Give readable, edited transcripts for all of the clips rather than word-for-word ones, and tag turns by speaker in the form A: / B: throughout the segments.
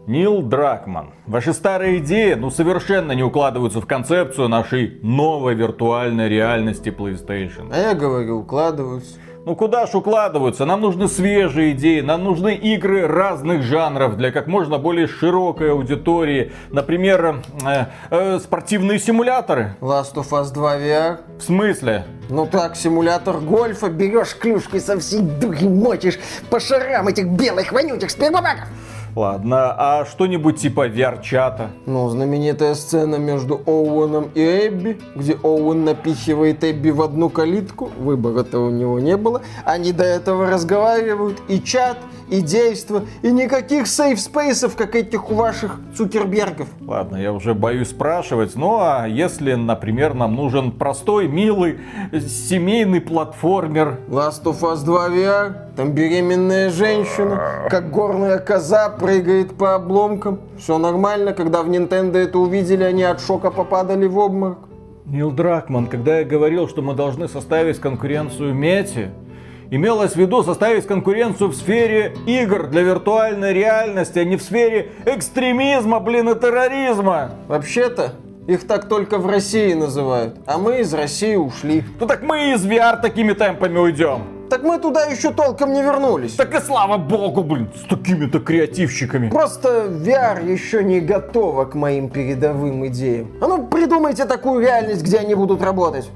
A: Нил Дракман, ваши старые идеи совершенно не укладываются в концепцию нашей новой виртуальной реальности PlayStation.
B: А я говорю, укладываются.
A: Куда ж укладываются? Нам нужны свежие идеи, нам нужны игры разных жанров для как можно более широкой аудитории. Например, спортивные симуляторы.
B: Last of Us 2 VR.
A: В смысле?
B: Так, симулятор гольфа, берешь клюшкой со всей дури, мочишь по шарам этих белых вонючих спермобаков.
A: Ладно, а что-нибудь типа VR-чата?
B: Знаменитая сцена между Оуэном и Эбби, где Оуэн напихивает Эбби в одну калитку, выбора-то у него не было. Они до этого разговаривают, и чат, и действо, и никаких сейф-спейсов, как этих у ваших Цукербергов.
A: Ладно, я уже боюсь спрашивать, а если, например, нам нужен простой, милый, семейный платформер?
B: Last of Us 2 VR, там беременная женщина, как горная коза, прыгает по обломкам. Все нормально, когда в Nintendo это увидели, они от шока попадали в обморок.
A: Нил Дракман, когда я говорил, что мы должны составить конкуренцию Мете, имелось в виду составить конкуренцию в сфере игр для виртуальной реальности, а не в сфере экстремизма, и терроризма.
B: Вообще-то, их так только в России называют, а мы из России ушли.
A: Так мы из VR такими темпами уйдем.
B: Так мы туда еще толком не вернулись.
A: Так и слава богу, с такими-то креативщиками.
B: Просто VR еще не готова к моим передовым идеям. Придумайте такую реальность, где они будут работать.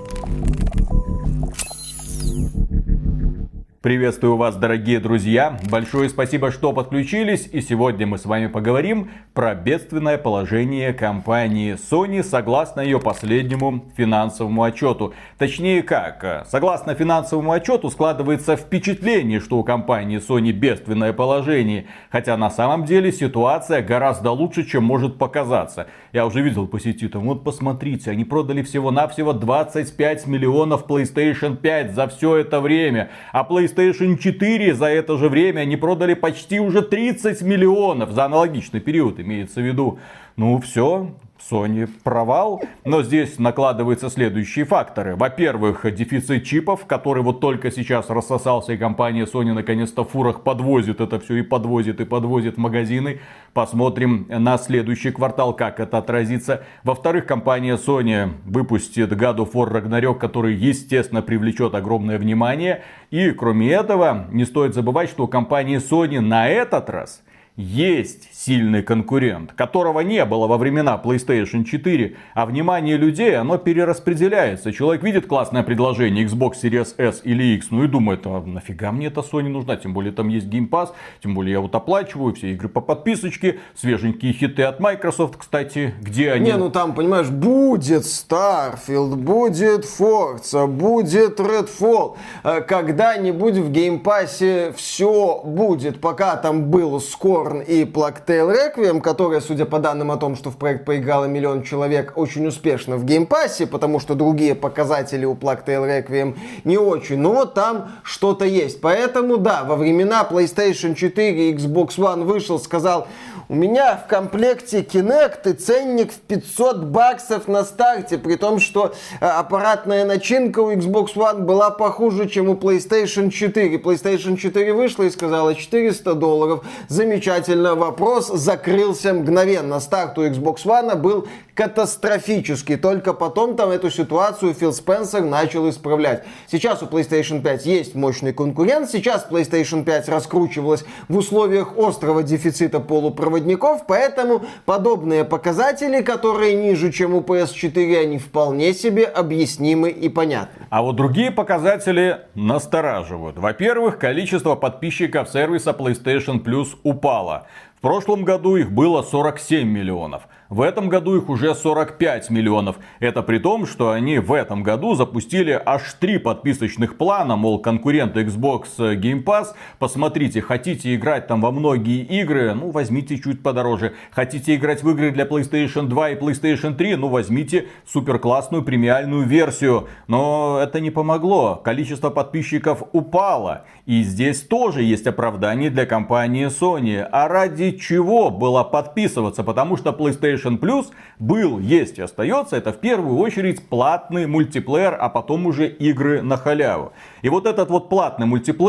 A: Приветствую вас, дорогие друзья. Большое спасибо, что подключились. И сегодня мы с вами поговорим про бедственное положение компании Sony согласно ее последнему финансовому отчету. Точнее как, согласно финансовому отчету складывается впечатление, что у компании Sony бедственное положение. Хотя на самом деле ситуация гораздо лучше, чем может показаться. Я уже видел по сети, посмотрите, они продали всего-навсего 25 миллионов PlayStation 5 за все это время. А PlayStation 4 за это же время они продали почти уже 30 миллионов. За аналогичный период имеется в виду. Все, Sony провал. Но здесь накладываются следующие факторы. Во-первых, дефицит чипов, который только сейчас рассосался, и компания Sony наконец-то в фурах подвозит это все и подвозит в магазины. Посмотрим на следующий квартал, как это отразится. Во-вторых, компания Sony выпустит God of War Ragnarok, который, естественно, привлечет огромное внимание. И, кроме этого, не стоит забывать, что у компании Sony на этот раз есть сильный конкурент, которого не было во времена PlayStation 4, а внимание людей, оно перераспределяется. Человек видит классное предложение Xbox Series S или X, и думает, нафига мне эта Sony нужна, тем более там есть Game Pass, тем более я оплачиваю все игры по подписочке, свеженькие хиты от Microsoft, кстати, где они?
B: Там, понимаешь, будет Starfield, будет Forza, будет Redfall, когда-нибудь в Game Pass все будет, пока там был Scorn и Plague Tale Requiem, которая, судя по данным о том, что в проект поиграло 1 миллион человек, очень успешно в геймпассе, потому что другие показатели у Plague Tale Requiem не очень. Но там что-то есть. Поэтому, да, во времена PlayStation 4 и Xbox One вышел, сказал, у меня в комплекте Kinect и ценник в $500 на старте, при том, что аппаратная начинка у Xbox One была похуже, чем у PlayStation 4. PlayStation 4 вышла и сказала $400. Замечательно. Вопрос закрылся мгновенно. Старт у Xbox One был катастрофический. Только потом там эту ситуацию Фил Спенсер начал исправлять. Сейчас у PlayStation 5 есть мощный конкурент. Сейчас PlayStation 5 раскручивалась в условиях острого дефицита полупроводников. Поэтому подобные показатели, которые ниже, чем у PS4, они вполне себе объяснимы и понятны.
A: А вот другие показатели настораживают. Во-первых, количество подписчиков сервиса PlayStation Plus упало. В прошлом году их было 47 миллионов. В этом году их уже 45 миллионов. Это при том, что они в этом году запустили аж 3 подписочных плана. Мол, конкуренты Xbox Game Pass. Посмотрите, хотите играть там во многие игры, возьмите чуть подороже. Хотите играть в игры для PlayStation 2 и PlayStation 3, возьмите супер классную премиальную версию. Но это не помогло. Количество подписчиков упало. И здесь тоже есть оправдание для компании Sony. А ради чего было подписываться? Потому что PlayStation Plus был, есть и остается. Это в первую очередь платный мультиплеер, а потом уже игры на халяву. И вот этот платный мультиплеер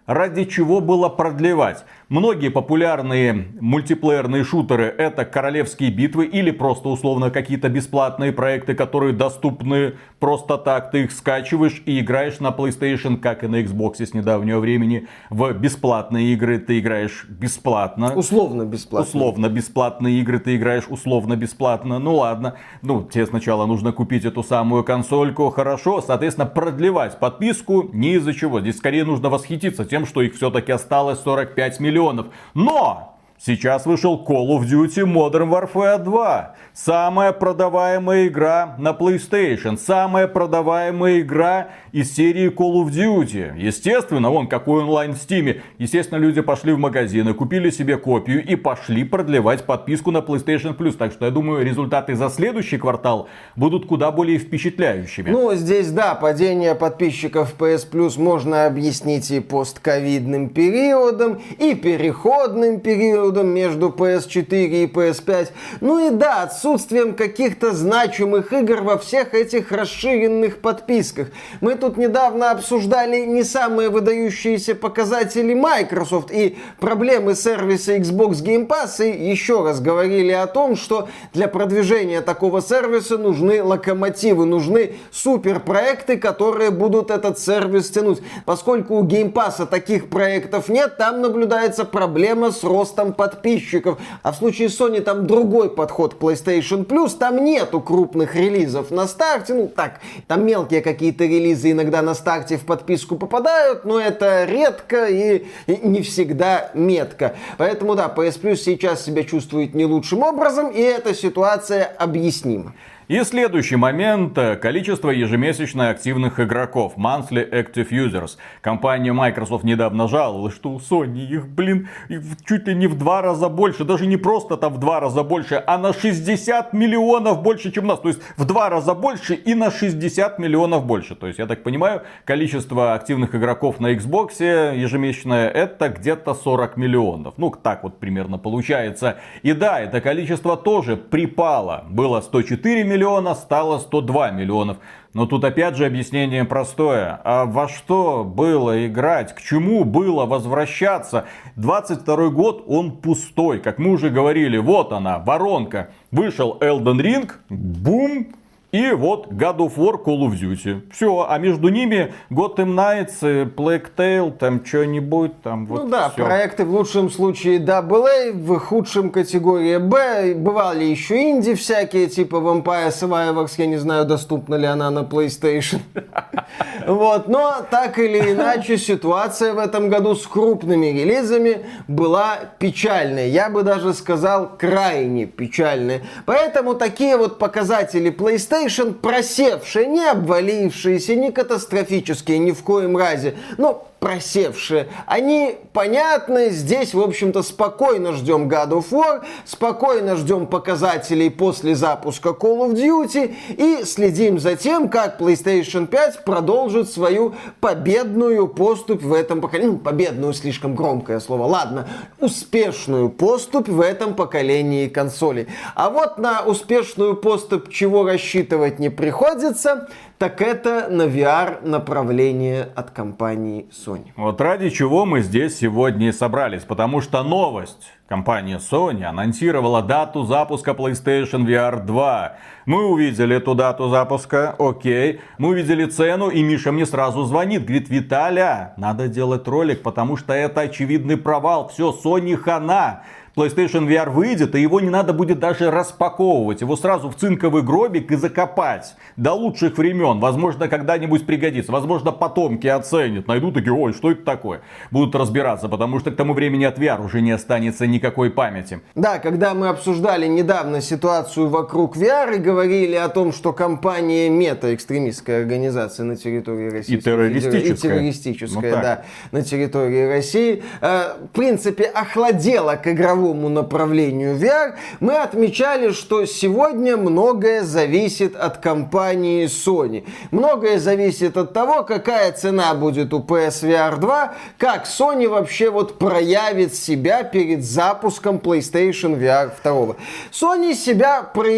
A: ради чего было продлевать? Многие популярные мультиплеерные шутеры — это королевские битвы или просто условно какие-то бесплатные проекты, которые доступны просто так. Ты их скачиваешь и играешь на PlayStation, как и на Xbox с недавнего времени. В бесплатные игры ты играешь бесплатно.
B: Условно бесплатно.
A: Условно бесплатные игры ты играешь условно бесплатно. Ну ладно. Тебе сначала нужно купить эту самую консольку. Хорошо. Соответственно, продлевать подписку не из-за чего. Здесь скорее нужно восхититься тем, что их все-таки осталось 45 миллионов. Но сейчас вышел Call of Duty Modern Warfare 2. Самая продаваемая игра на PlayStation. Самая продаваемая игра из серии Call of Duty. Естественно, вон какой онлайн в Steam. Естественно, люди пошли в магазины, купили себе копию и пошли продлевать подписку на PlayStation Plus. Так что я думаю, результаты за следующий квартал будут куда более впечатляющими.
B: Ну, здесь, да, падение подписчиков PS Plus можно объяснить и постковидным периодом, и переходным периодом между PS4 и PS5. Ну и да, отсутствием каких-то значимых игр во всех этих расширенных подписках. Мы тут недавно обсуждали не самые выдающиеся показатели Microsoft и проблемы сервиса Xbox Game Pass, и еще раз говорили о том, что для продвижения такого сервиса нужны локомотивы, нужны суперпроекты, которые будут этот сервис тянуть. Поскольку у Game Pass таких проектов нет, там наблюдается проблема с ростом подписчиков. А в случае Sony там другой подход к PlayStation Plus, там нету крупных релизов на старте, ну так, там мелкие какие-то релизы иногда на старте в подписку попадают, но это редко и не всегда метко. Поэтому да, PS Plus сейчас себя чувствует не лучшим образом, и эта ситуация объяснима.
A: И следующий момент – количество ежемесячно активных игроков, Monthly Active Users. Компания Microsoft недавно жаловалась, что у Sony их, чуть ли не в 2 раза больше, даже не просто там в 2 раза больше, а на 60 миллионов больше, чем у нас. То есть в 2 раза больше и на 60 миллионов больше. То есть, я так понимаю, количество активных игроков на Xbox ежемесячное – это где-то 40 миллионов. Ну, так вот примерно получается. И да, это количество тоже припало. Было 104 миллиона, стало 102 миллионов. Но тут опять же объяснение простое. А во что было играть? К чему было возвращаться? 22 год, он пустой. Как мы уже говорили, вот она, воронка. Вышел Elden Ring, бум. И вот God of War, Call of Duty. Все, а между ними Gotham Knights, Plague Tale, там что-нибудь, там вот.
B: Ну да,
A: всё.
B: проекты в лучшем случае AA, в худшем категория B. Бывали еще инди всякие, типа Vampire Survivors, я не знаю, доступна ли она на PlayStation. Вот, но так или иначе ситуация в этом году с крупными релизами была печальной. Я бы даже сказал, крайне печальной. Поэтому такие вот показатели PlayStation просевшие, не обвалившиеся, не катастрофические, ни в коем разе, но просевшие. Они понятны. Здесь, в общем-то, спокойно ждем God of War, спокойно ждем показателей после запуска Call of Duty и следим за тем, как PlayStation 5 продолжит свою победную поступь в этом поколении. Ну, победную слишком громкое слово. Ладно, успешную поступь в этом поколении консолей. А вот на успешную поступь чего рассчитывать не приходится, так это на VR направление от компании Sony.
A: Вот ради чего мы здесь сегодня и собрались. Потому что новость. Компания Sony анонсировала дату запуска PlayStation VR 2. Мы увидели эту дату запуска, окей. Мы увидели цену, и Миша мне сразу звонит. Говорит, Виталя, надо делать ролик, потому что это очевидный провал. Все, Sony хана. PlayStation VR выйдет, и его не надо будет даже распаковывать. Его сразу в цинковый гробик и закопать. До лучших времен. Возможно, когда-нибудь пригодится. Возможно, потомки оценят. Найдут такие, ой, что это такое? Будут разбираться, потому что к тому времени от VR уже не останется никакой памяти.
B: Да, когда мы обсуждали недавно ситуацию вокруг VR и говорили о том, что компания Meta, экстремистская организация на территории России.
A: И террористическая.
B: И террористическая,
A: Ну,
B: да, на территории России. В принципе, охладела к игровому направлению VR, мы отмечали, что сегодня многое зависит от компании Sony. Многое зависит от того, какая цена будет у PSVR 2, как Sony вообще вот проявит себя перед запуском PlayStation VR 2. Sony себя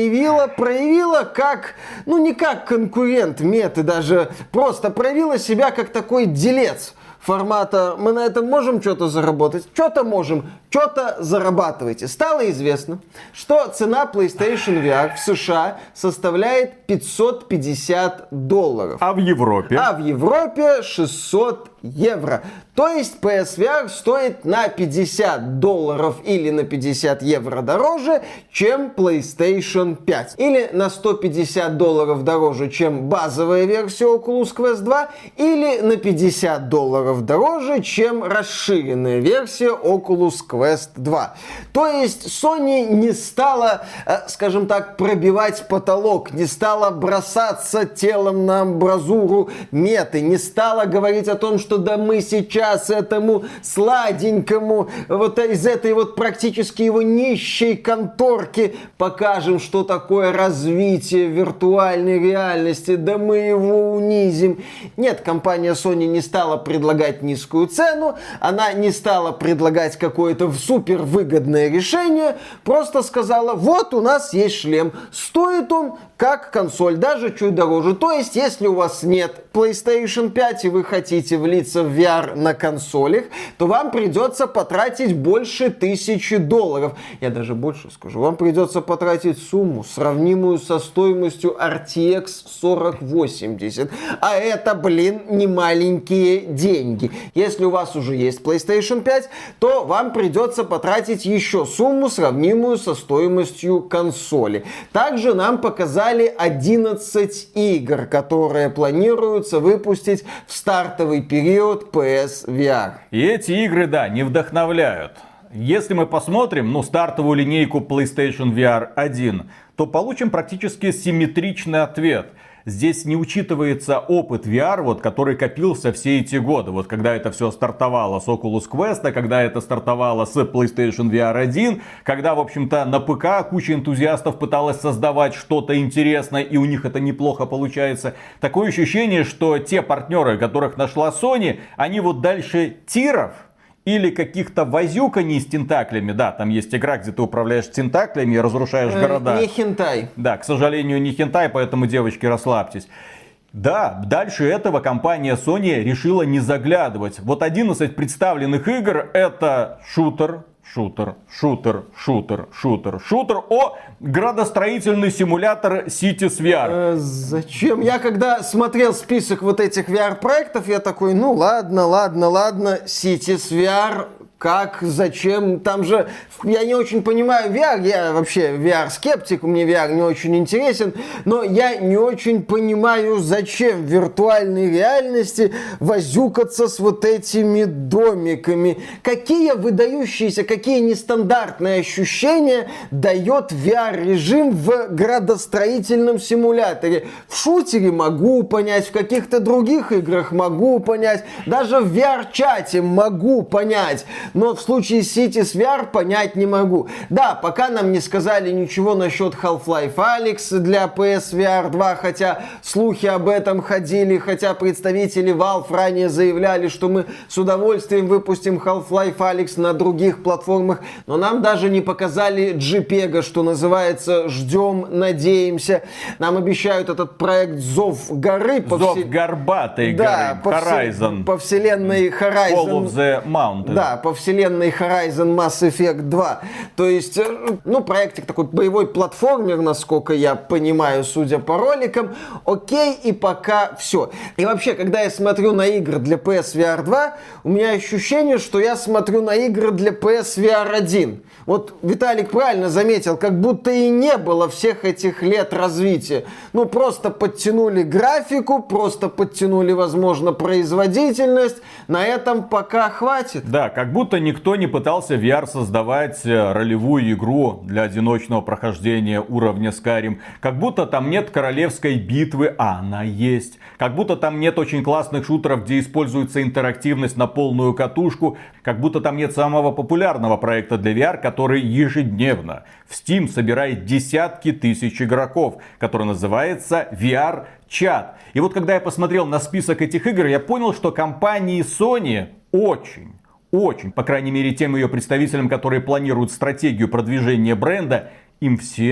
B: проявила как, ну не как конкурент Meta, даже просто проявила себя как такой делец формата «мы на этом можем что-то заработать», что-то можем, что-то зарабатывайте. Стало известно, что цена PlayStation VR в США составляет $550.
A: А в Европе?
B: А в Европе 600 евро. То есть PSVR стоит на $50 или на 50 евро дороже, чем PlayStation 5. Или на $150 дороже, чем базовая версия Oculus Quest 2. Или на $50 дороже, чем расширенная версия Oculus Quest 2. То есть Sony не стала, скажем так, пробивать потолок, не стала бросаться телом на амбразуру меты, не стала говорить о том, что да мы сейчас этому сладенькому, вот из этой вот практически его нищей конторки покажем, что такое развитие виртуальной реальности, да мы его унизим. Нет, компания Sony не стала предлагать низкую цену, она не стала предлагать какое-то супер выгодное решение, просто сказала, вот у нас есть шлем, стоит он как консоль, даже чуть дороже. То есть, если у вас нет PlayStation 5 и вы хотите влиться в VR на консолях, то вам придется потратить больше $1000. Я даже больше скажу. Вам придется потратить сумму, сравнимую со стоимостью RTX 4080. А это, не маленькие деньги. Если у вас уже есть PlayStation 5, то вам придется потратить еще сумму, сравнимую со стоимостью консоли. Также нам показали 11 игр, которые планируются выпустить в стартовый период PSVR.
A: И эти игры, да, не вдохновляют. Если мы посмотрим, стартовую линейку PlayStation VR 1, то получим практически симметричный ответ. Здесь не учитывается опыт VR, который копился все эти годы. Когда это все стартовало с Oculus Quest, когда это стартовало с PlayStation VR 1, когда, в общем-то, на ПК куча энтузиастов пыталась создавать что-то интересное, и у них это неплохо получается. Такое ощущение, что те партнеры, которых нашла Sony, они дальше тиров или каких-то возюканий с тентаклями. Да, там есть игра, где ты управляешь тентаклями и разрушаешь города.
B: Не хентай.
A: Да, к сожалению, не хентай, поэтому, девочки, расслабьтесь. Да, дальше этого компания Sony решила не заглядывать. 11 представленных игр — это шутер. Градостроительный симулятор Cities VR.
B: Зачем? Я когда смотрел список этих VR-проектов, я такой, ладно, Cities VR... Как? Зачем? Там же... Я не очень понимаю VR. Я вообще VR-скептик. Мне VR не очень интересен. Но я не очень понимаю, зачем в виртуальной реальности возюкаться с этими домиками. Какие выдающиеся, какие нестандартные ощущения дает VR-режим в градостроительном симуляторе. В шутере могу понять, в каких-то других играх могу понять. Даже в VR-чате могу понять. Но в случае Cities VR понять не могу. Да, пока нам не сказали ничего насчет Half-Life Alyx для PSVR 2, хотя слухи об этом ходили, хотя представители Valve ранее заявляли, что мы с удовольствием выпустим Half-Life Alyx на других платформах, но нам даже не показали JPEG, что называется, ждем, надеемся. Нам обещают этот проект Зов горы.
A: Зов горбатой горы. Horizon.
B: По вселенной Horizon.
A: Call of the Mountain.
B: Да, по вселенной Horizon Mass Effect 2. То есть, проектик такой боевой платформер, насколько я понимаю, судя по роликам. Окей, и пока все. И вообще, когда я смотрю на игры для PSVR 2, у меня ощущение, что я смотрю на игры для PSVR 1. Виталик правильно заметил, как будто и не было всех этих лет развития. Просто подтянули графику, просто подтянули, возможно, производительность. На этом пока хватит.
A: Да, как будто никто не пытался в VR создавать ролевую игру для одиночного прохождения уровня Skyrim. Как будто там нет королевской битвы, а она есть. Как будто там нет очень классных шутеров, где используется интерактивность на полную катушку. Как будто там нет самого популярного проекта для VR, который ежедневно в Steam собирает десятки тысяч игроков, который называется VR-чат. И когда я посмотрел на список этих игр, я понял, что компании Sony очень, по крайней мере тем ее представителям, которые планируют стратегию продвижения бренда, им всем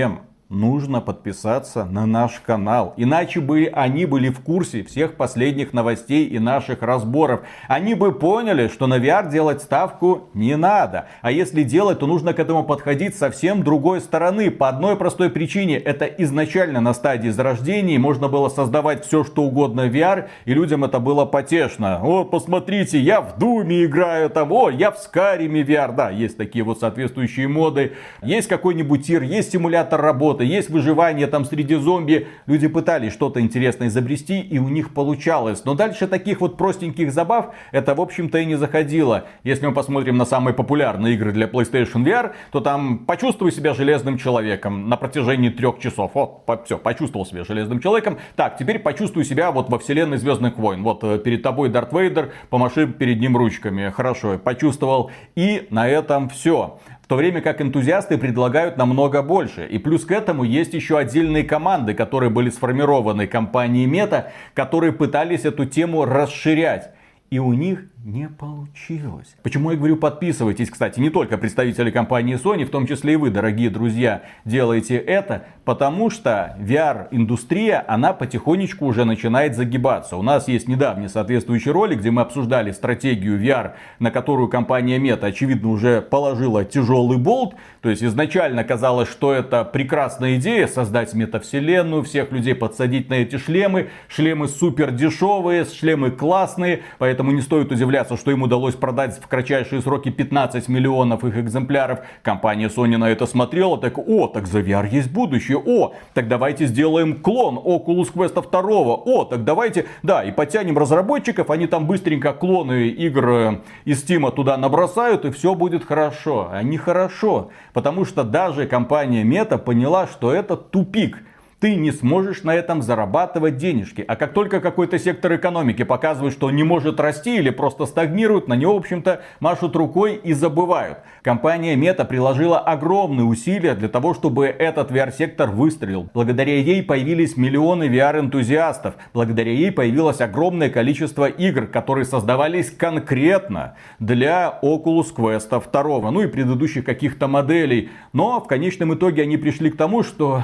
A: нужно подписаться на наш канал. Иначе бы они были в курсе всех последних новостей и наших разборов. Они бы поняли, что на VR делать ставку не надо. А если делать, то нужно к этому подходить совсем другой стороны. По одной простой причине. Это изначально на стадии зарождения можно было создавать все, что угодно в VR. И людям это было потешно. Вот, посмотрите, я в Думе играю там. О, я в Скайриме VR. Да, есть такие вот соответствующие моды. Есть какой-нибудь тир, есть симулятор работы. Есть выживание там среди зомби. Люди пытались что-то интересное изобрести, и у них получалось. Но дальше таких вот простеньких забав это, в общем-то, и не заходило. Если мы посмотрим на самые популярные игры для PlayStation VR, то там почувствуй себя железным человеком на протяжении 3 часов. Вот, все, почувствовал себя железным человеком. Так, теперь почувствуй себя вот во вселенной Звездных войн. Вот перед тобой Дарт Вейдер, помаши перед ним ручками. Хорошо, почувствовал. И на этом все. В то время как энтузиасты предлагают намного больше. И плюс к этому есть еще отдельные команды, которые были сформированы компанией Meta, которые пытались эту тему расширять. И у них не получилось. Почему я говорю подписывайтесь? Кстати, не только представители компании Sony, в том числе и вы, дорогие друзья, делаете это, потому что VR-индустрия, она потихонечку уже начинает загибаться. У нас есть недавний соответствующий ролик, где мы обсуждали стратегию VR, на которую компания Meta, очевидно, уже положила тяжелый болт. То есть изначально казалось, что это прекрасная идея создать метавселенную, всех людей подсадить на эти шлемы. Шлемы супер дешевые, шлемы классные, поэтому не стоит удивляться, что им удалось продать в кратчайшие сроки 15 миллионов их экземпляров. Компания Sony на это смотрела, так, так за VR есть будущее, так давайте сделаем клон Oculus Quest 2, так давайте, да, и подтянем разработчиков, они там быстренько клоны игр из Steam туда набросают, и все будет хорошо. А не хорошо, потому что даже компания Meta поняла, что это тупик. Ты не сможешь на этом зарабатывать денежки. А как только какой-то сектор экономики показывает, что он не может расти или просто стагнирует, на него, в общем-то, машут рукой и забывают. Компания Meta приложила огромные усилия для того, чтобы этот VR-сектор выстрелил. Благодаря ей появились миллионы VR-энтузиастов. Благодаря ей появилось огромное количество игр, которые создавались конкретно для Oculus Quest 2. Ну и предыдущих каких-то моделей. Но в конечном итоге они пришли к тому, что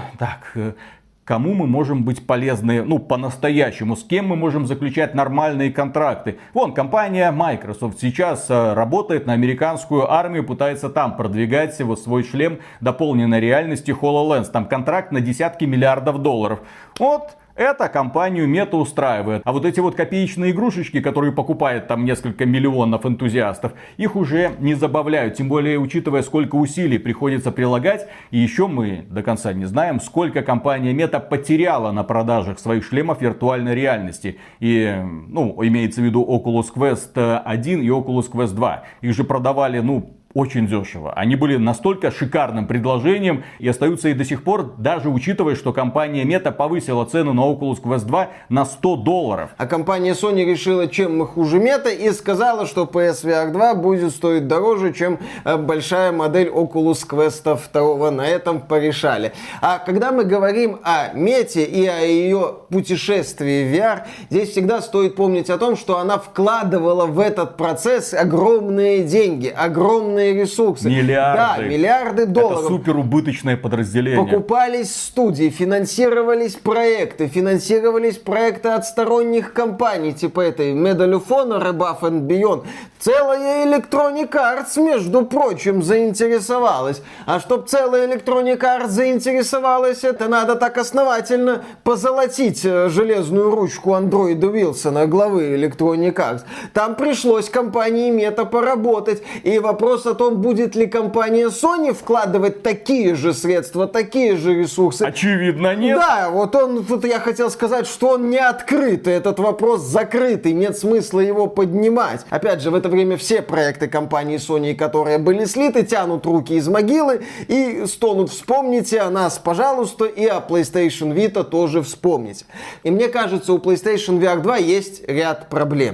A: кому мы можем быть полезны, по-настоящему, с кем мы можем заключать нормальные контракты. Вон, компания Microsoft сейчас работает на американскую армию, пытается там продвигать свой шлем дополненной реальности HoloLens. Там контракт на десятки миллиардов долларов. Вот. Это компанию Meta устраивает. А вот эти вот копеечные игрушечки, которые покупает там несколько миллионов энтузиастов, их уже не забавляют. Тем более, учитывая, сколько усилий приходится прилагать. И еще мы до конца не знаем, сколько компания Meta потеряла на продажах своих шлемов виртуальной реальности. И, имеется в виду Oculus Quest 1 и Oculus Quest 2. Их же продавали, очень дешево. Они были настолько шикарным предложением и остаются и до сих пор, даже учитывая, что компания Meta повысила цену на Oculus Quest 2 на $100.
B: А компания Sony решила, чем мы хуже Meta, и сказала, что PSVR 2 будет стоить дороже, чем большая модель Oculus Quest 2. На этом порешали. А когда мы говорим о Meta и о ее путешествии в VR, здесь всегда стоит помнить о том, что она вкладывала в этот процесс огромные деньги, огромные ресурсы.
A: Миллиарды.
B: Да, миллиарды долларов.
A: Это супер убыточное подразделение.
B: Покупались студии, финансировались проекты от сторонних компаний, типа этой Medal of Honor, Above and Beyond. Целая Electronic Arts, между прочим, заинтересовалась. А чтоб целая Electronic Arts заинтересовалась, это надо так основательно позолотить железную ручку андроида Уилсона, главы Electronic Arts. Там пришлось компании Meta поработать. И вопрос о том, будет ли компания Sony вкладывать такие же средства, такие же ресурсы.
A: Очевидно, нет.
B: Да, вот я хотел сказать, что он не открытый, этот вопрос закрытый, нет смысла его поднимать. Опять же, в это время все проекты компании Sony, которые были слиты, тянут руки из могилы и стонут: вспомните о нас, пожалуйста, и о PlayStation Vita тоже вспомните. И мне кажется, у PlayStation VR 2 есть ряд проблем.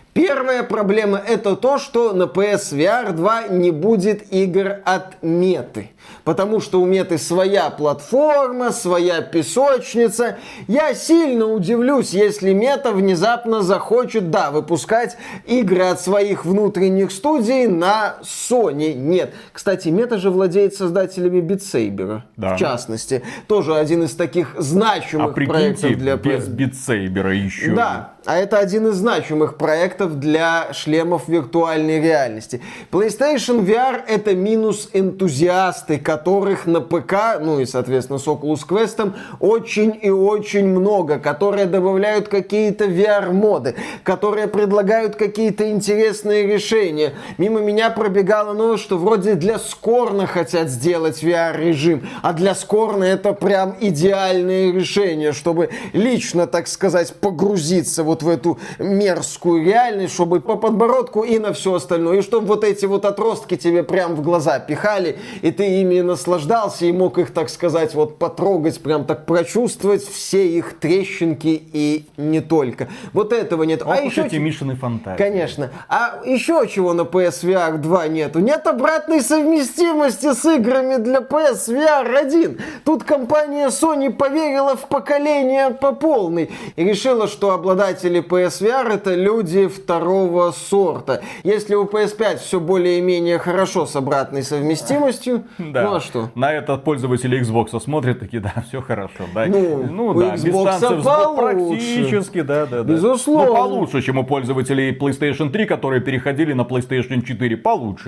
B: Первая проблема это то, что на PSVR 2 не будет игр от Меты. Потому что у Меты своя платформа, своя песочница. Я сильно удивлюсь, если Мета внезапно захочет, выпускать игры от своих внутренних студий на Sony. Нет. Кстати, Мета же владеет создателями Beat Saber, в частности. Тоже один из таких значимых проектов для
A: без Beat Saber еще.
B: Да. А это один из значимых проектов для шлемов виртуальной реальности. PlayStation VR это минус энтузиасты, которых на ПК, и, соответственно, с Oculus Quest очень и очень много, которые добавляют какие-то VR-моды, которые предлагают какие-то интересные решения. Мимо меня пробегала новость, что вроде для Скорна хотят сделать VR-режим, а для Скорна это прям идеальное решение, чтобы лично, так сказать, погрузиться в эту мерзкую реальность, чтобы по подбородку и на все остальное. И чтобы эти отростки тебе прям в глаза пихали, и ты ими наслаждался, и мог их, так сказать, потрогать, прям так прочувствовать все их трещинки и не только. Этого нет.
A: А еще эти Мишины фантазии.
B: Конечно. А еще чего на PSVR 2 нету? Нет обратной совместимости с играми для PSVR 1. Тут компания Sony поверила в поколение по полной и решила, что обладатели PSVR это люди второго сорта. Если у PS5 все более-менее хорошо с обратной совместимостью, а что?
A: На этот пользователи Xbox смотрят такие, все хорошо. Да.
B: У Xbox
A: практически,
B: Безусловно.
A: Получше, чем у пользователей PlayStation 3, которые переходили на PlayStation 4. Получше,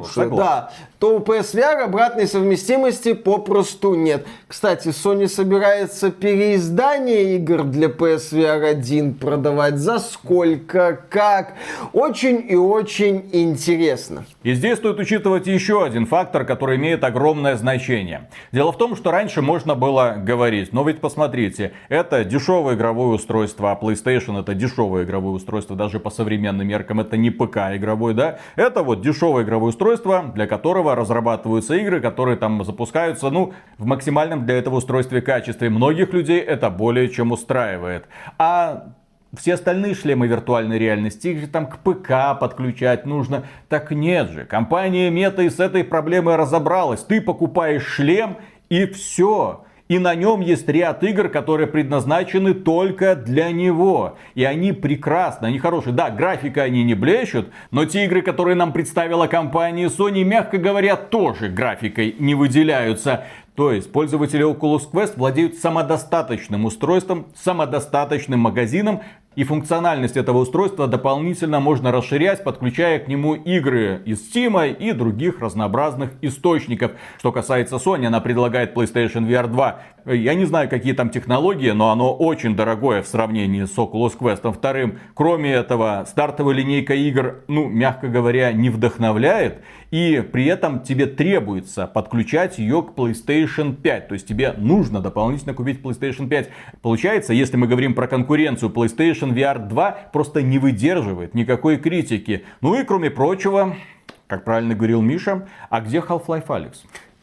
B: да. То у PSVR обратной совместимости попросту нет. Кстати, Sony собирается переиздание игр для PSVR 1 продавать. За сколько, как? Очень и очень интересно.
A: И здесь стоит учитывать еще один фактор, который имеет огромное значение. Дело в том, что раньше можно было говорить, но ведь посмотрите, это дешевое игровое устройство, а PlayStation это дешевое игровое устройство, даже по современным меркам это не ПК игровой, это дешевое игровое устройство, для которого разрабатываются игры, которые там запускаются, в максимальном для этого устройства качестве. Многих людей это более чем устраивает. А все остальные шлемы виртуальной реальности, их же там к ПК подключать нужно. Так нет же, компания Meta и с этой проблемой разобралась. Ты покупаешь шлем и все. И на нем есть ряд игр, которые предназначены только для него. И они прекрасны, они хорошие. Да, графика они не блещут, но те игры, которые нам представила компания Sony, мягко говоря, тоже графикой не выделяются. То есть пользователи Oculus Quest владеют самодостаточным устройством, самодостаточным магазином. И функциональность этого устройства дополнительно можно расширять, подключая к нему игры из Steam и других разнообразных источников. Что касается Sony, она предлагает PlayStation VR 2. Я не знаю, какие там технологии, но оно очень дорогое в сравнении с Oculus Quest 2. Кроме этого, стартовая линейка игр, мягко говоря, не вдохновляет. И при этом тебе требуется подключать ее к PlayStation 5. То есть тебе нужно дополнительно купить PlayStation 5. Получается, если мы говорим про конкуренцию, PlayStation VR 2 просто не выдерживает никакой критики. И кроме прочего, как правильно говорил Миша, а где Half-Life Alyx?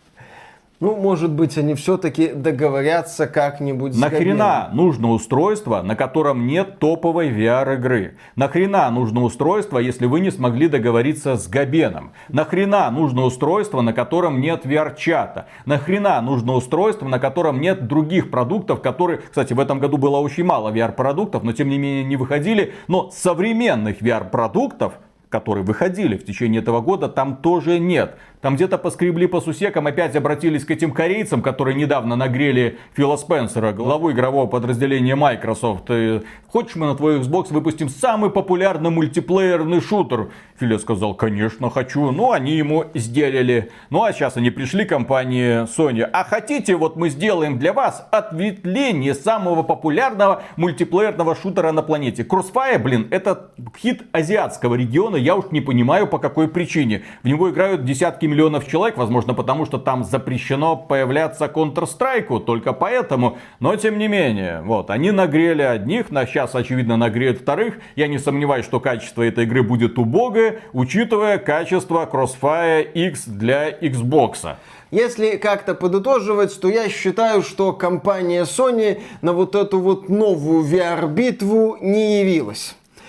B: Может быть, они все-таки договорятся как-нибудь с
A: Нахрена нужно устройство, на котором нет топовой VR-игры? Нахрена нужно устройство, если вы не смогли договориться с Габеном? Нахрена нужно устройство, на котором нет VR-чата? Нахрена нужно устройство, на котором нет других продуктов, которые... Кстати, в этом году было очень мало VR-продуктов, но тем не менее не выходили. Но современных VR-продуктов, которые выходили в течение этого года, там тоже нет. Там где-то поскребли по сусекам, опять обратились к этим корейцам, которые недавно нагрели Фила Спенсера, главу игрового подразделения Microsoft. Хочешь, мы на твой Xbox выпустим самый популярный мультиплеерный шутер? Филя сказал, конечно, хочу. Они ему сделали. А сейчас они пришли к компании Sony. А хотите, мы сделаем для вас ответвление самого популярного мультиплеерного шутера на планете. Crossfire, это хит азиатского региона. Я уж не понимаю, по какой причине. В него играют десятки миллионов человек, возможно, потому что там запрещено появляться Counter-Strike, только поэтому. Но, тем не менее, они нагрели одних, сейчас, очевидно, нагреют вторых. Я не сомневаюсь, что качество этой игры будет убогое, учитывая качество Crossfire X для Xbox.
B: Если как-то подытоживать, то я считаю, что компания Sony на эту новую VR-битву не явилась.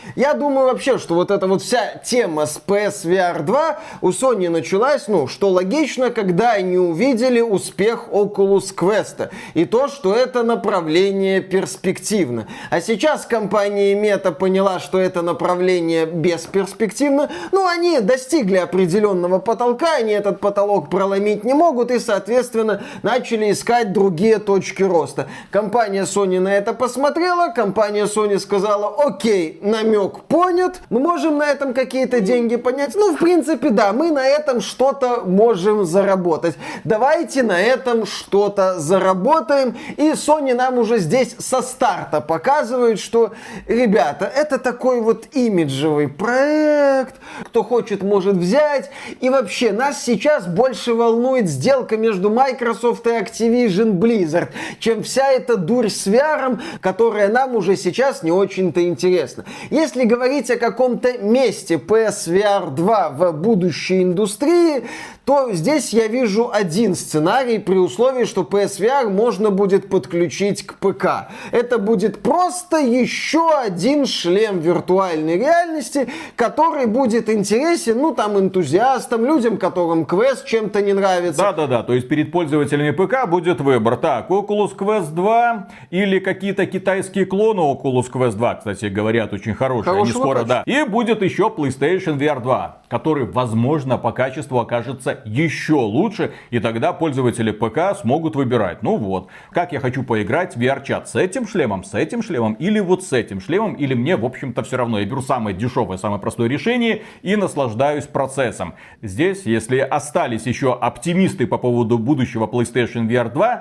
B: Я думаю вообще, что вот эта вот вся тема с PSVR 2 у Sony началась, что логично, когда они увидели успех Oculus Quest. И то, что это направление перспективно. А сейчас компания Meta поняла, что это направление бесперспективно. Они достигли определенного потолка, они этот потолок проломить не могут и, соответственно, начали искать другие точки роста. Компания Sony на это посмотрела, компания Sony сказала: окей, намек понят, мы можем на этом какие-то деньги поднять. В принципе, да, мы на этом что-то можем заработать. Давайте на этом что-то заработаем. И Sony нам уже здесь со старта показывает, что, ребята, это такой вот имиджевый проект, кто хочет, может взять. И вообще, нас сейчас больше волнует сделка между Microsoft и Activision Blizzard, чем вся эта дурь с VR, которая нам уже сейчас не очень-то интересна. Если говорить о каком-то месте PSVR 2 в будущей индустрии, то здесь я вижу один сценарий при условии, что PSVR можно будет подключить к ПК. Это будет просто еще один шлем виртуальной реальности, который будет интересен, энтузиастам, людям, которым Quest чем-то не нравится.
A: Да, то есть перед пользователями ПК будет выбор. Так, Oculus Quest 2 или какие-то китайские клоны Oculus Quest 2, кстати, говорят, очень хорошие. Они скоро, да. И будет еще PlayStation VR 2, который, возможно, по качеству окажется еще лучше, и тогда пользователи ПК смогут выбирать. Как я хочу поиграть в VR-чат? С этим шлемом или вот с этим шлемом, или мне, в общем-то, все равно. Я беру самое дешевое, самое простое решение и наслаждаюсь процессом. Здесь, если остались еще оптимисты по поводу будущего PlayStation VR 2,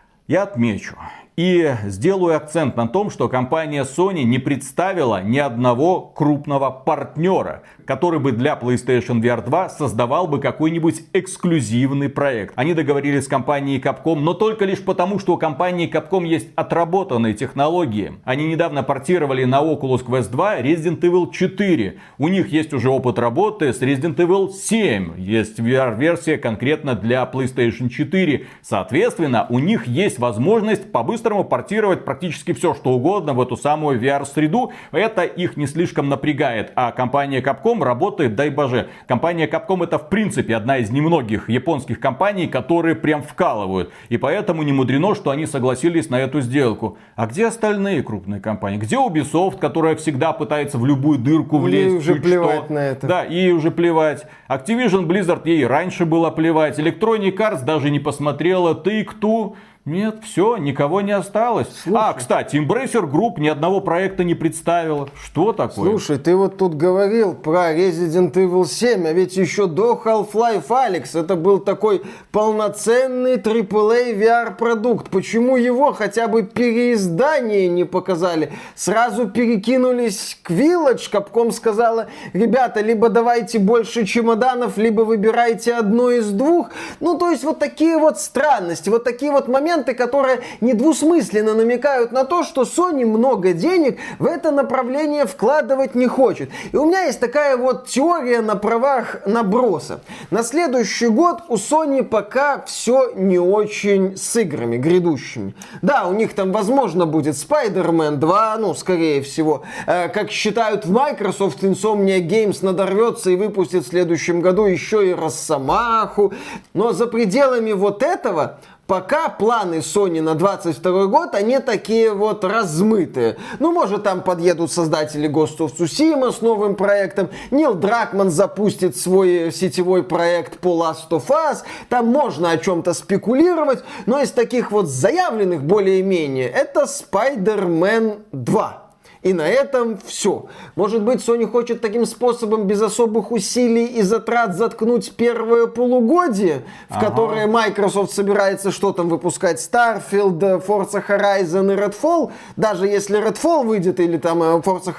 A: я отмечу и сделаю акцент на том, что компания Sony не представила ни одного крупного партнера, который бы для PlayStation VR 2 создавал бы какой-нибудь эксклюзивный проект. Они договорились с компанией Capcom, но только лишь потому, что у компании Capcom есть отработанные технологии. Они недавно портировали на Oculus Quest 2 Resident Evil 4. У них есть уже опыт работы с Resident Evil 7. Есть VR-версия конкретно для PlayStation 4. Соответственно, у них есть возможность по-быстрому портировать практически все, что угодно в эту самую VR-среду. Это их не слишком напрягает. А компания Capcom работает, дай боже. Компания Capcom — это в принципе одна из немногих японских компаний, которые прям вкалывают. И поэтому не мудрено, что они согласились на эту сделку. А где остальные крупные компании? Где Ubisoft, которая всегда пытается в любую дырку влезть?
B: Ей уже плевать на это.
A: Да, ей уже плевать. Activision Blizzard, ей раньше было плевать. Electronic Arts даже не посмотрела. Take-Two. Нет, все, никого не осталось. Слушай, кстати, Embracer Group ни одного проекта не представила. Что такое?
B: Слушай, ты вот тут говорил про Resident Evil 7, а ведь еще до Half-Life Alyx это был такой полноценный AAA VR-продукт. Почему его хотя бы переиздание не показали? Сразу перекинулись к Village. Capcom сказала: ребята, либо давайте больше чемоданов, либо выбирайте одно из двух. То есть вот такие вот странности, вот такие вот моменты, которые недвусмысленно намекают на то, что Sony много денег в это направление вкладывать не хочет. И у меня есть такая вот теория на правах наброса. На следующий год у Sony пока все не очень с играми грядущими. Да, у них там, возможно, будет Spider-Man 2, скорее всего. Как считают в Microsoft, Insomniac Games надорвется и выпустит в следующем году еще и Росомаху. Но за пределами вот этого пока планы Sony на 22 год, они такие вот размытые. Может, там подъедут создатели Ghost of Tsushima с новым проектом, Нил Дракман запустит свой сетевой проект по Last of Us, там можно о чем-то спекулировать, но из таких вот заявленных более-менее это Spider-Man 2. И на этом все. Может быть, Sony хочет таким способом без особых усилий и затрат заткнуть первое полугодие, в которое Microsoft собирается что там выпускать? Starfield, Forza Horizon и Redfall. Даже если Redfall выйдет, или там Forza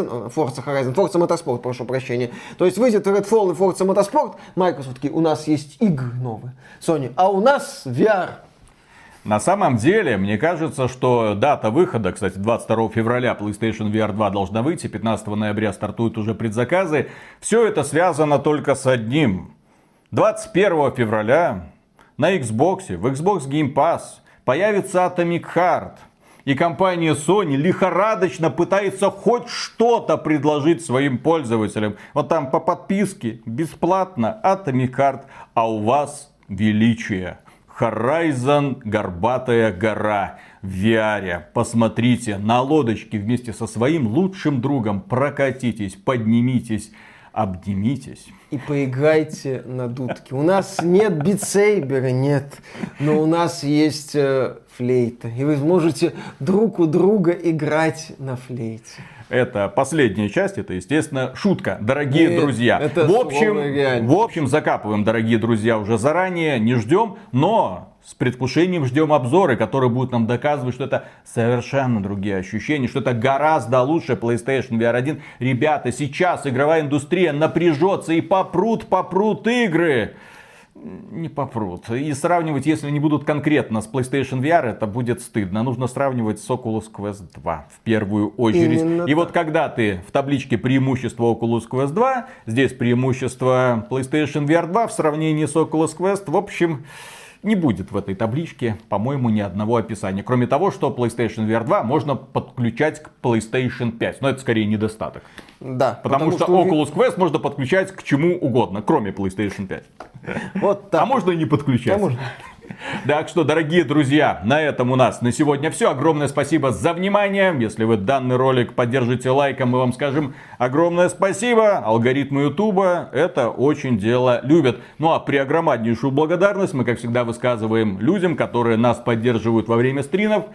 B: Motorsport, прошу прощения. То есть выйдет Redfall и Forza Motorsport, Microsoft такие: у нас есть игры новые. Sony: а у нас VR.
A: На самом деле, мне кажется, что дата выхода, кстати, 22 февраля PlayStation VR 2 должна выйти, 15 ноября стартуют уже предзаказы. Все это связано только с одним. 21 февраля на Xbox, в Xbox Game Pass появится Atomic Heart. И компания Sony лихорадочно пытается хоть что-то предложить своим пользователям. Вот там по подписке бесплатно Atomic Heart, а у вас величие. Horizon Горбатая гора в VR. Посмотрите на лодочке вместе со своим лучшим другом. Прокатитесь, поднимитесь, обнимитесь.
B: И поиграйте на дудке. У нас нет битсейбера, нет. Но у нас есть флейта. И вы сможете друг у друга играть на флейте.
A: Это последняя часть, это, естественно, шутка, дорогие друзья.
B: Это
A: в общем, закапываем, дорогие друзья, уже заранее, не ждем, но с предвкушением ждем обзоры, которые будут нам доказывать, что это совершенно другие ощущения, что это гораздо лучше PlayStation VR 1. Ребята, сейчас игровая индустрия напряжется и попрут игры. Не попрут. И сравнивать, если они будут конкретно с PlayStation VR, это будет стыдно. Нужно сравнивать с Oculus Quest 2 в первую очередь. Именно и так. Вот когда ты в табличке преимущества Oculus Quest 2, здесь преимущество PlayStation VR 2 в сравнении с Oculus Quest, в общем, не будет в этой табличке, по-моему, ни одного описания. Кроме того, что PlayStation VR 2 можно подключать к PlayStation 5. Но это скорее недостаток.
B: Да.
A: Потому что Oculus Quest можно подключать к чему угодно, кроме PlayStation 5.
B: Вот так.
A: А можно и не подключать. Так что, дорогие друзья, на этом у нас на сегодня все. Огромное спасибо за внимание. Если вы данный ролик поддержите лайком, мы вам скажем огромное спасибо. Алгоритмы Ютуба это очень дело любят. Ну а преогромаднейшую благодарность мы, как всегда, высказываем людям, которые нас поддерживают во время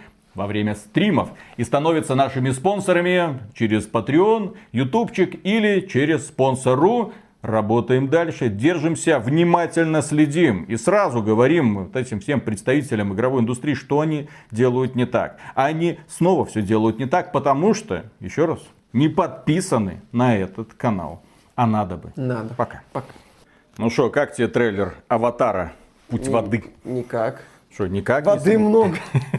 A: стримов и становятся нашими спонсорами через Patreon, ютубчик или через Sponsor.ru. Работаем дальше, держимся, внимательно следим и сразу говорим вот этим всем представителям игровой индустрии, что они делают не так. А они снова все делают не так, потому что, еще раз, не подписаны на этот канал. А надо бы.
B: Надо.
A: Пока. Ну что, как тебе трейлер Аватара «Путь воды»?
B: Никак.
A: Что, никак?
B: Воды много.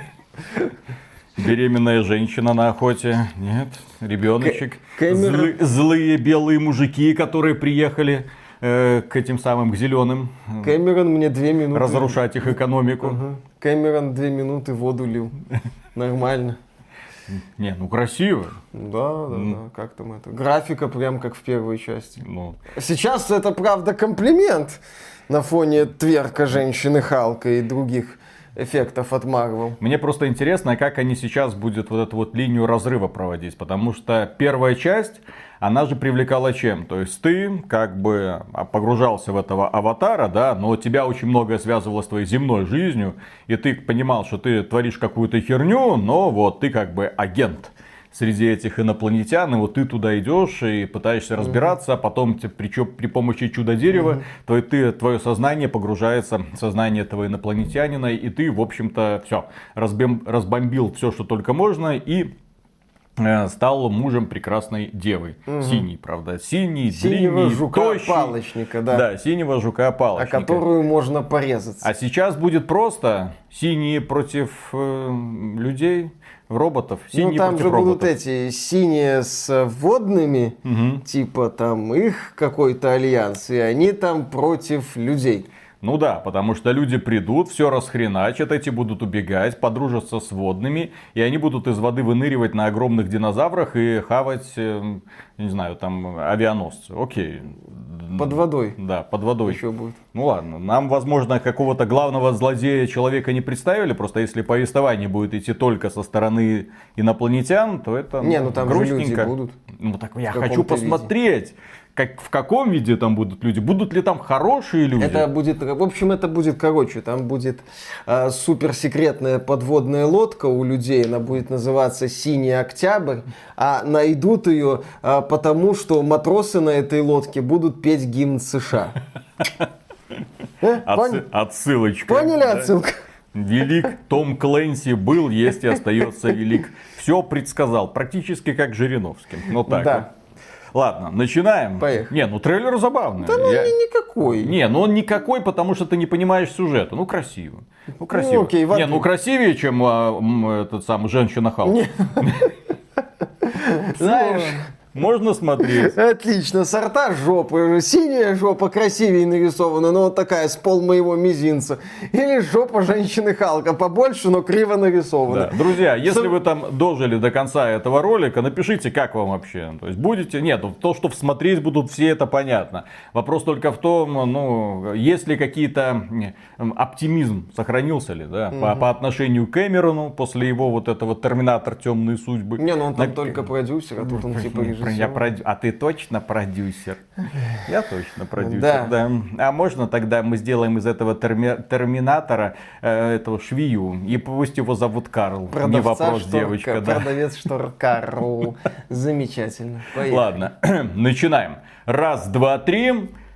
A: Беременная женщина на охоте. Нет. Ребеночек. Злые белые мужики, которые приехали к этим самым, к зеленым.
B: Кэмерон мне 2 минуты.
A: Разрушать их экономику.
B: Кэмерон 2 минуты воду лил. Нормально.
A: Не, ну красиво.
B: Да. Как там это? Графика прям как в первой части. Сейчас это, правда, комплимент на фоне тверка женщины Халка и других эффектов от Marvel.
A: Мне просто интересно, как они сейчас будут вот эту вот линию разрыва проводить. Потому что первая часть, она же привлекала чем? То есть ты как бы погружался в этого аватара, да, но тебя очень многое связывало с твоей земной жизнью. И ты понимал, что ты творишь какую-то херню, но вот ты как бы агент среди этих инопланетян, и вот ты туда идешь и пытаешься разбираться, а потом при помощи чудо-дерева твое сознание погружается в сознание этого инопланетянина, и ты, в общем-то, все, разбомбил все, что только можно, и стал мужем прекрасной девы. Синий, правда.
B: Синего
A: длинный,
B: жука-палочника, да.
A: Да, синего жука-палочника.
B: О которую можно порезаться.
A: А сейчас будет просто синие против людей. Роботов.
B: Ну там же будут эти синие с водными, типа там их какой-то альянс, и они там против людей.
A: Ну да, потому что люди придут, все расхреначат, эти будут убегать, подружатся с водными, и они будут из воды выныривать на огромных динозаврах и хавать, не знаю, там авианосцы. Окей.
B: Под водой.
A: Да, под водой.
B: Еще будет.
A: Ну ладно, нам, возможно, какого-то главного злодея человека не представили, просто если повествование будет идти только со стороны инопланетян, то это
B: там
A: грустненько.
B: Же люди будут.
A: Ну так я хочу посмотреть. В каком виде там будут люди? Будут ли там хорошие люди?
B: Это будет, короче, там будет суперсекретная подводная лодка у людей, она будет называться «Синий Октябрь», а найдут ее потому, что матросы на этой лодке будут петь гимн США.
A: Отсылочка.
B: Поняли отсылку?
A: Велик Том Клэнси был, есть и остается велик. Все предсказал, практически как Жириновский. Ну так.
B: Да.
A: Ладно, начинаем.
B: Поехали.
A: Трейлер забавный.
B: Да никакой.
A: Он никакой, потому что ты не понимаешь сюжета. Ну, красиво. Красиво.
B: Окей,
A: красивее, чем этот самый женщина Халк.
B: Знаешь,
A: можно смотреть.
B: Отлично, сорта жопы. Синяя жопа красивее нарисована, но вот такая с пол моего мизинца. Или жопа женщины Халка побольше, но криво нарисована.
A: Да. Друзья, если вы там дожили до конца этого ролика, напишите, как вам вообще. То есть будете... Нет, то, что смотреть будут все, это понятно. Вопрос только в том, ну, есть ли какие-то... Оптимизм сохранился ли, да, по отношению к Кэмерону после его вот этого «Терминатор. Темные судьбы».
B: Не, ну он там только продюсер, а тут он типа режиссер.
A: А ты точно продюсер? Я точно продюсер, да. А можно тогда мы сделаем из этого Терминатора этого швею, и пусть его зовут Карл. Не вопрос, девочка.
B: Продавец штор Карл. Замечательно. Поехали.
A: Ладно, начинаем. Раз, два, три.